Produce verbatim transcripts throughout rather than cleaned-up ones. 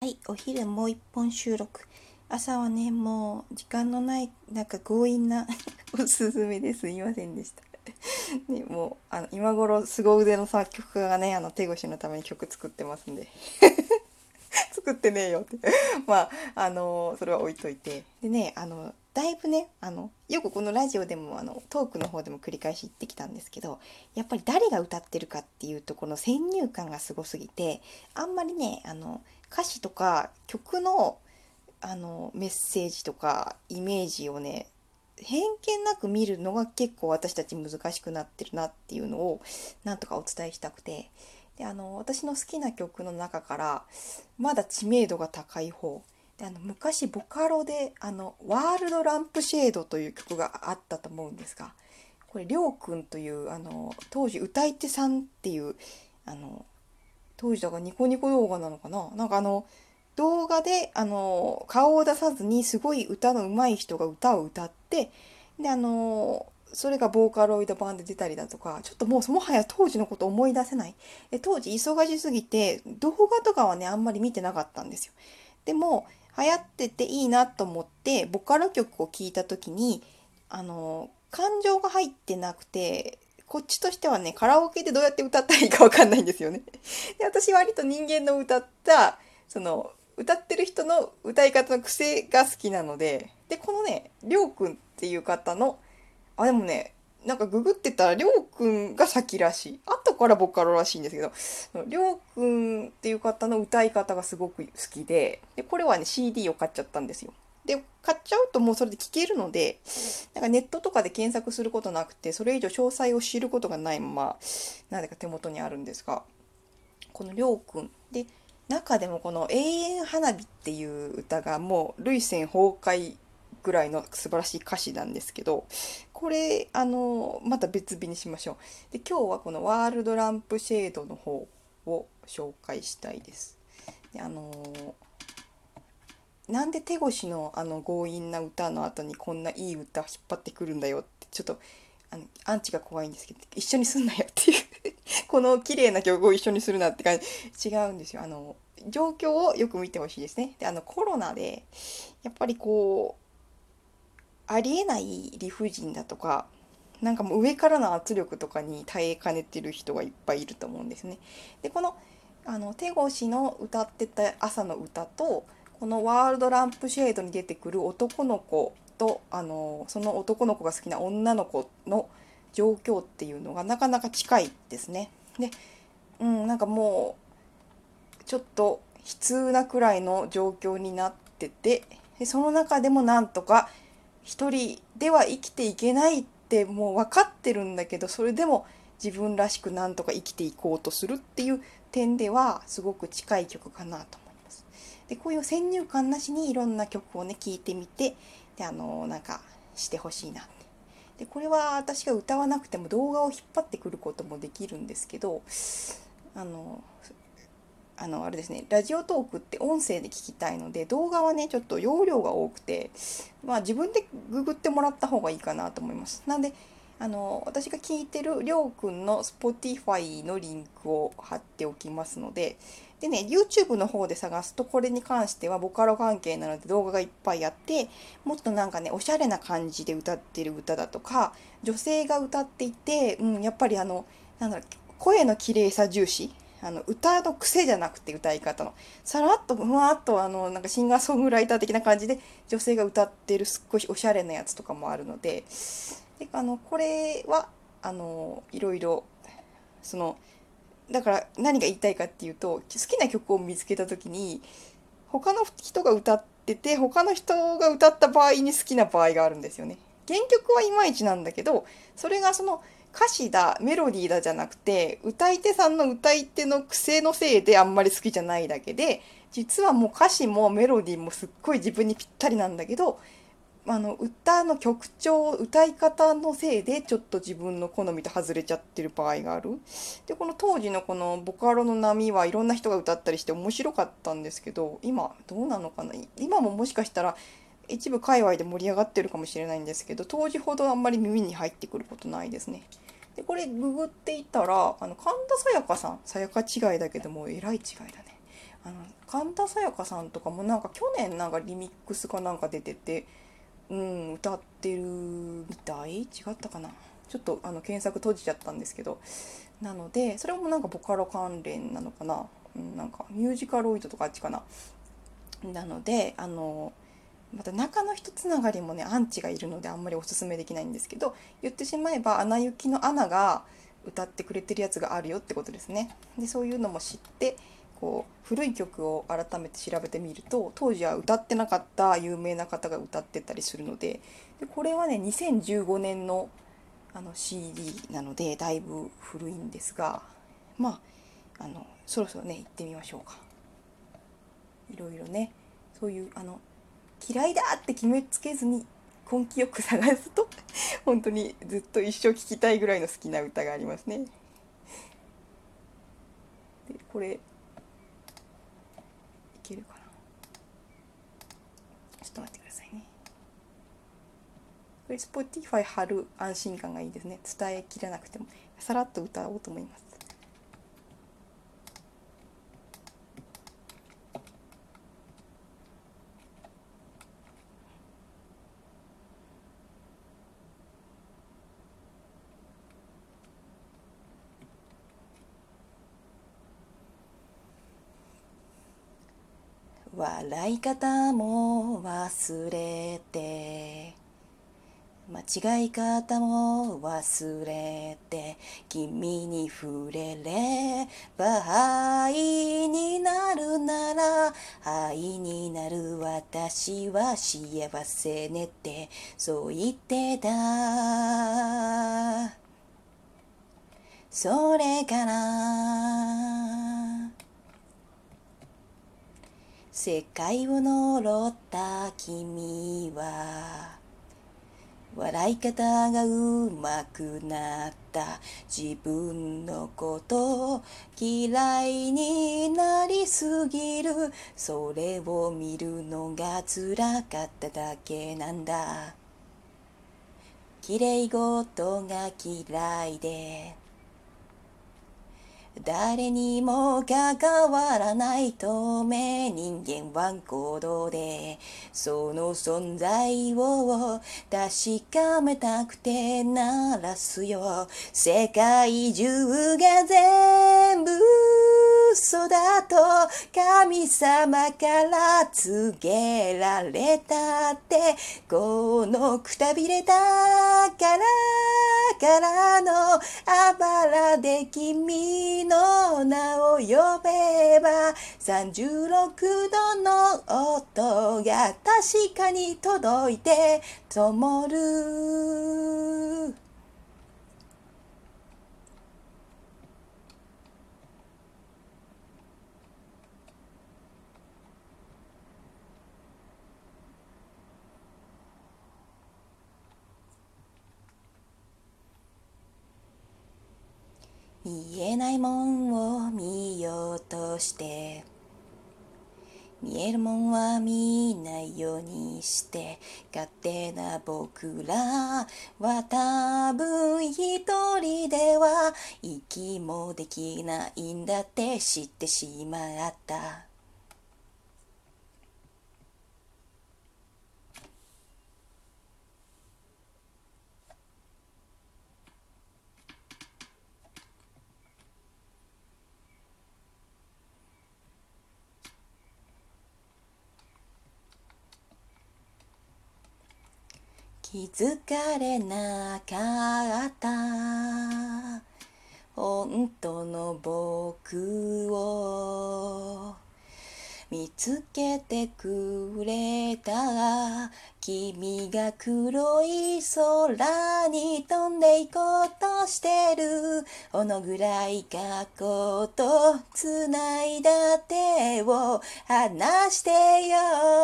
はい、お昼もう一本収録。朝はね、もう時間のない、なんか強引なおすすめですいませんでした。ね、もう、あの、今頃、凄腕の作曲家がね、あの、手越のために曲作ってますんで。作ってねえよってまあ、あのそれは置いといて。でね、あの、だいぶね、あの、よくこのラジオでも、あの、トークの方でも繰り返し言ってきたんですけど、やっぱり誰が歌ってるかっていうところの先入観がすごすぎて、あんまりね、あの、歌詞とか曲の、あの、メッセージとかイメージをね、偏見なく見るのが結構私たち難しくなってるなっていうのをなんとかお伝えしたくて、であの私の好きな曲の中からまだ知名度が高い方で、あの昔ボカロであのワールドランプシェードという曲があったと思うんですが、これりょうくんというあの当時歌い手さんっていう、あの当時だからニコニコ動画なのかな、なんかあの動画であの顔を出さずにすごい歌の上手い人が歌を歌って、であのそれがボーカロイド版で出たりだとか、ちょっともうもはや当時のこと思い出せない。で当時忙しすぎて動画とかはねあんまり見てなかったんですよ。でも流行ってていいなと思ってボカロ曲を聴いた時に、あの感情が入ってなくて、こっちとしてはねカラオケでどうやって歌ったらいいかわかんないんですよね。で私割と人間の歌ったその歌ってる人の歌い方の癖が好きなので、でこのねりょうくんっていう方の、あでもね、なんかググってたらりょうくんが先らしい、後からボカロらしいんですけど、そのりょうくんっていう方の歌い方がすごく好きで、でこれはね シーディー を買っちゃったんですよ。で買っちゃうともうそれで聴けるので、なんかネットとかで検索することなくて、それ以上詳細を知ることがないままなぜか手元にあるんですが、このりょうくんで、中でもこの「永遠花火」っていう歌がもう涙腺崩壊ぐらいの素晴らしい歌詞なんですけど、これあのまた別日にしましょう。で今日はこのワールドランプシェードの方を紹介したいです。であのなんで手越のあの強引な歌の後にこんないい歌引っ張ってくるんだよってちょっと、あのアンチが怖いんですけど、一緒にすんなよっていうこの綺麗な曲を一緒にするなって感じ。違うんですよ。あの状況をよく見てほしいですね。であのコロナでやっぱりこうありえない理不尽だとか、なんかもう上からの圧力とかに耐えかねてる人がいっぱいいると思うんですね。でこのあの手越の歌ってた朝の歌と、このワールドランプシェードに出てくる男の子と、あのその男の子が好きな女の子の状況っていうのがなかなか近いですね。で、うん、なんかもうちょっと悲痛なくらいの状況になってて、でその中でもなんとか一人では生きていけないってもう分かってるんだけど、それでも自分らしくなんとか生きていこうとするっていう点ではすごく近い曲かなと思います。でこういう先入観なしにいろんな曲をね聴いてみて、であのなんかしてほしいなって。でこれは私が歌わなくても動画を引っ張ってくることもできるんですけど、あのあのあれですね、ラジオトークって音声で聞きたいので、動画はねちょっと容量が多くて、まあ自分でググってもらった方がいいかなと思います。なんであの私が聞いてるりょうくんの Spotify のリンクを貼っておきますので、でね YouTube の方で探すとこれに関してはボカロ関係なので動画がいっぱいあって、もっとなんかねおしゃれな感じで歌ってる歌だとか、女性が歌っていて、うん、やっぱりあのなんだろう、声の綺麗さ重視、あの歌の癖じゃなくて歌い方のさらっとふわっと、あのなんかシンガーソングライター的な感じで女性が歌ってるすっごいおしゃれなやつとかもあるので、であのこれはあのいろいろそのだから何が言いたいかっていうと、好きな曲を見つけた時に他の人が歌ってて他の人が歌った場合に好きな場合があるんですよね。原曲はいまいちなんだけど、それがその歌詞だメロディーだじゃなくて、歌い手さんの歌い手の癖のせいであんまり好きじゃないだけで、実はもう歌詞もメロディーもすっごい自分にぴったりなんだけど、あの歌の曲調歌い方のせいでちょっと自分の好みと外れちゃってる場合がある。でこの当時のこのボカロの波はいろんな人が歌ったりして面白かったんですけど、今どうなのかな。今ももしかしたら一部界隈で盛り上がってるかもしれないんですけど、当時ほどあんまり耳に入ってくることないですね。でこれググっていたら、あの神田沙也加さん、沙也加違いだけどもえらい違いだね、 あの神田沙也加さんとかもなんか去年なんかリミックスかなんか出てて、うん、歌ってるみたい。違ったかな、ちょっとあの検索閉じちゃったんですけど、なのでそれもなんかボカロ関連なのかな、うん、なんかミュージカロイドとかあっちかな。なのであのまた中の人つながりもねアンチがいるのであんまりおすすめできないんですけど、言ってしまえば「アナ雪」のアナが歌ってくれてるやつがあるよってことですね。でそういうのも知って、こう古い曲を改めて調べてみると当時は歌ってなかった有名な方が歌ってたりするので、でこれはねにせんじゅうごねんのあの シーディー なのでだいぶ古いんですが、まああのそろそろね行ってみましょうか。いろいろね、そういうあの嫌いだって決めつけずに根気よく探すと本当にずっと一生聴きたいぐらいの好きな歌がありますね。でこれいけるかな、ちょっと待ってくださいね。これ Spotify 貼る安心感がいいですね。伝えきらなくてもさらっと歌おうと思います。笑い方も忘れて、間違い方も忘れて、君に触れれば愛になるなら、愛になる私は幸せねってそう言ってた。それから世界を呪った君は笑い方がうまくなった。自分のこと嫌いになりすぎる。それを見るのが辛かっただけなんだ。綺麗事が嫌いで誰にも関わらない透明人間は行動でその存在を確かめたくて鳴らすよ。世界中が全部嘘だと神様から告げられたって、このくたびれたからからのあばらで君の名を呼べばさんじゅうろくどの音が確かに届いて灯る。見えないもんを見ようとして見えるもんは見ないようにして勝手な僕らは多分一人では息もできないんだって知ってしまった。気づかれなかった本当の僕を見つけてくれた。君が黒い空に飛んで行こうとしてる。ほのぐらい過去と繋いだ手を離してよ。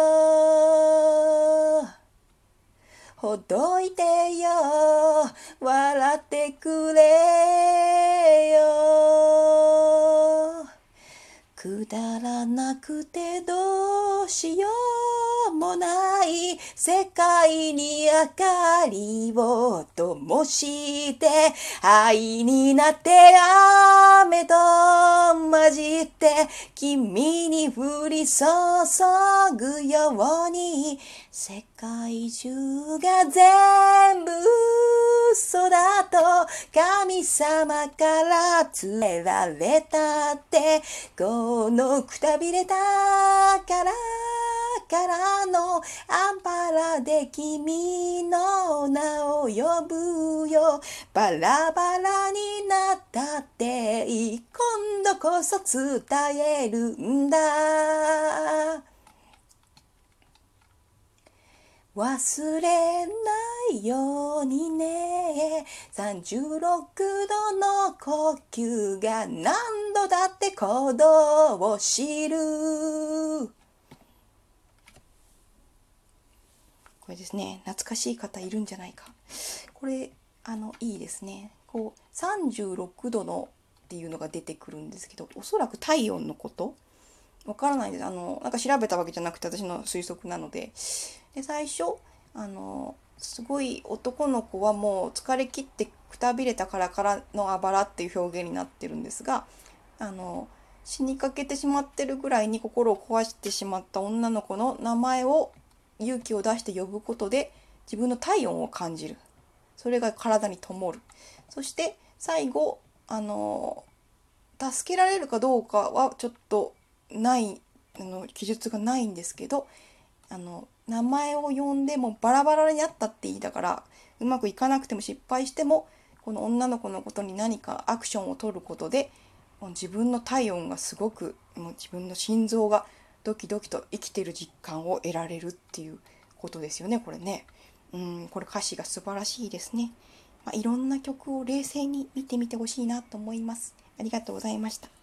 ほどいてよ。笑ってくれよ。 くだらなくてどうしようもない世界に明かりを灯して愛になって雨と混じって君に降り注ぐように世界中が全部嘘だと神様から告げられたってこのくたびれたからからのアンパラで君の名を呼ぶよバラバラになったっていい今度こそ伝えるんだ忘れないようにねさんじゅうろくどの呼吸が何度だって鼓動を知るこれですね懐かしい方いるんじゃないかこれあのいいですねこうさんじゅうろくどのっていうのが出てくるんですけどおそらく体温のことわからないです。あの、なんか調べたわけじゃなくて私の推測なので。で、最初、あの、すごい男の子はもう疲れ切ってくたびれたからからのあばらっていう表現になってるんですが、あの、死にかけてしまってるぐらいに心を壊してしまった女の子の名前を勇気を出して呼ぶことで自分の体温を感じる。それが体に灯る。そして最後、あの、助けられるかどうかはちょっとないあの記述がないんですけどあの名前を呼んでもバラバラになったっていいだからうまくいかなくても失敗してもこの女の子のことに何かアクションを取ることでもう自分の体温がすごくもう自分の心臓がドキドキと生きてる実感を得られるっていうことですよねこれね。うんこれ歌詞が素晴らしいですね。まあ、いろんな曲を冷静に見てみてほしいなと思います。ありがとうございました。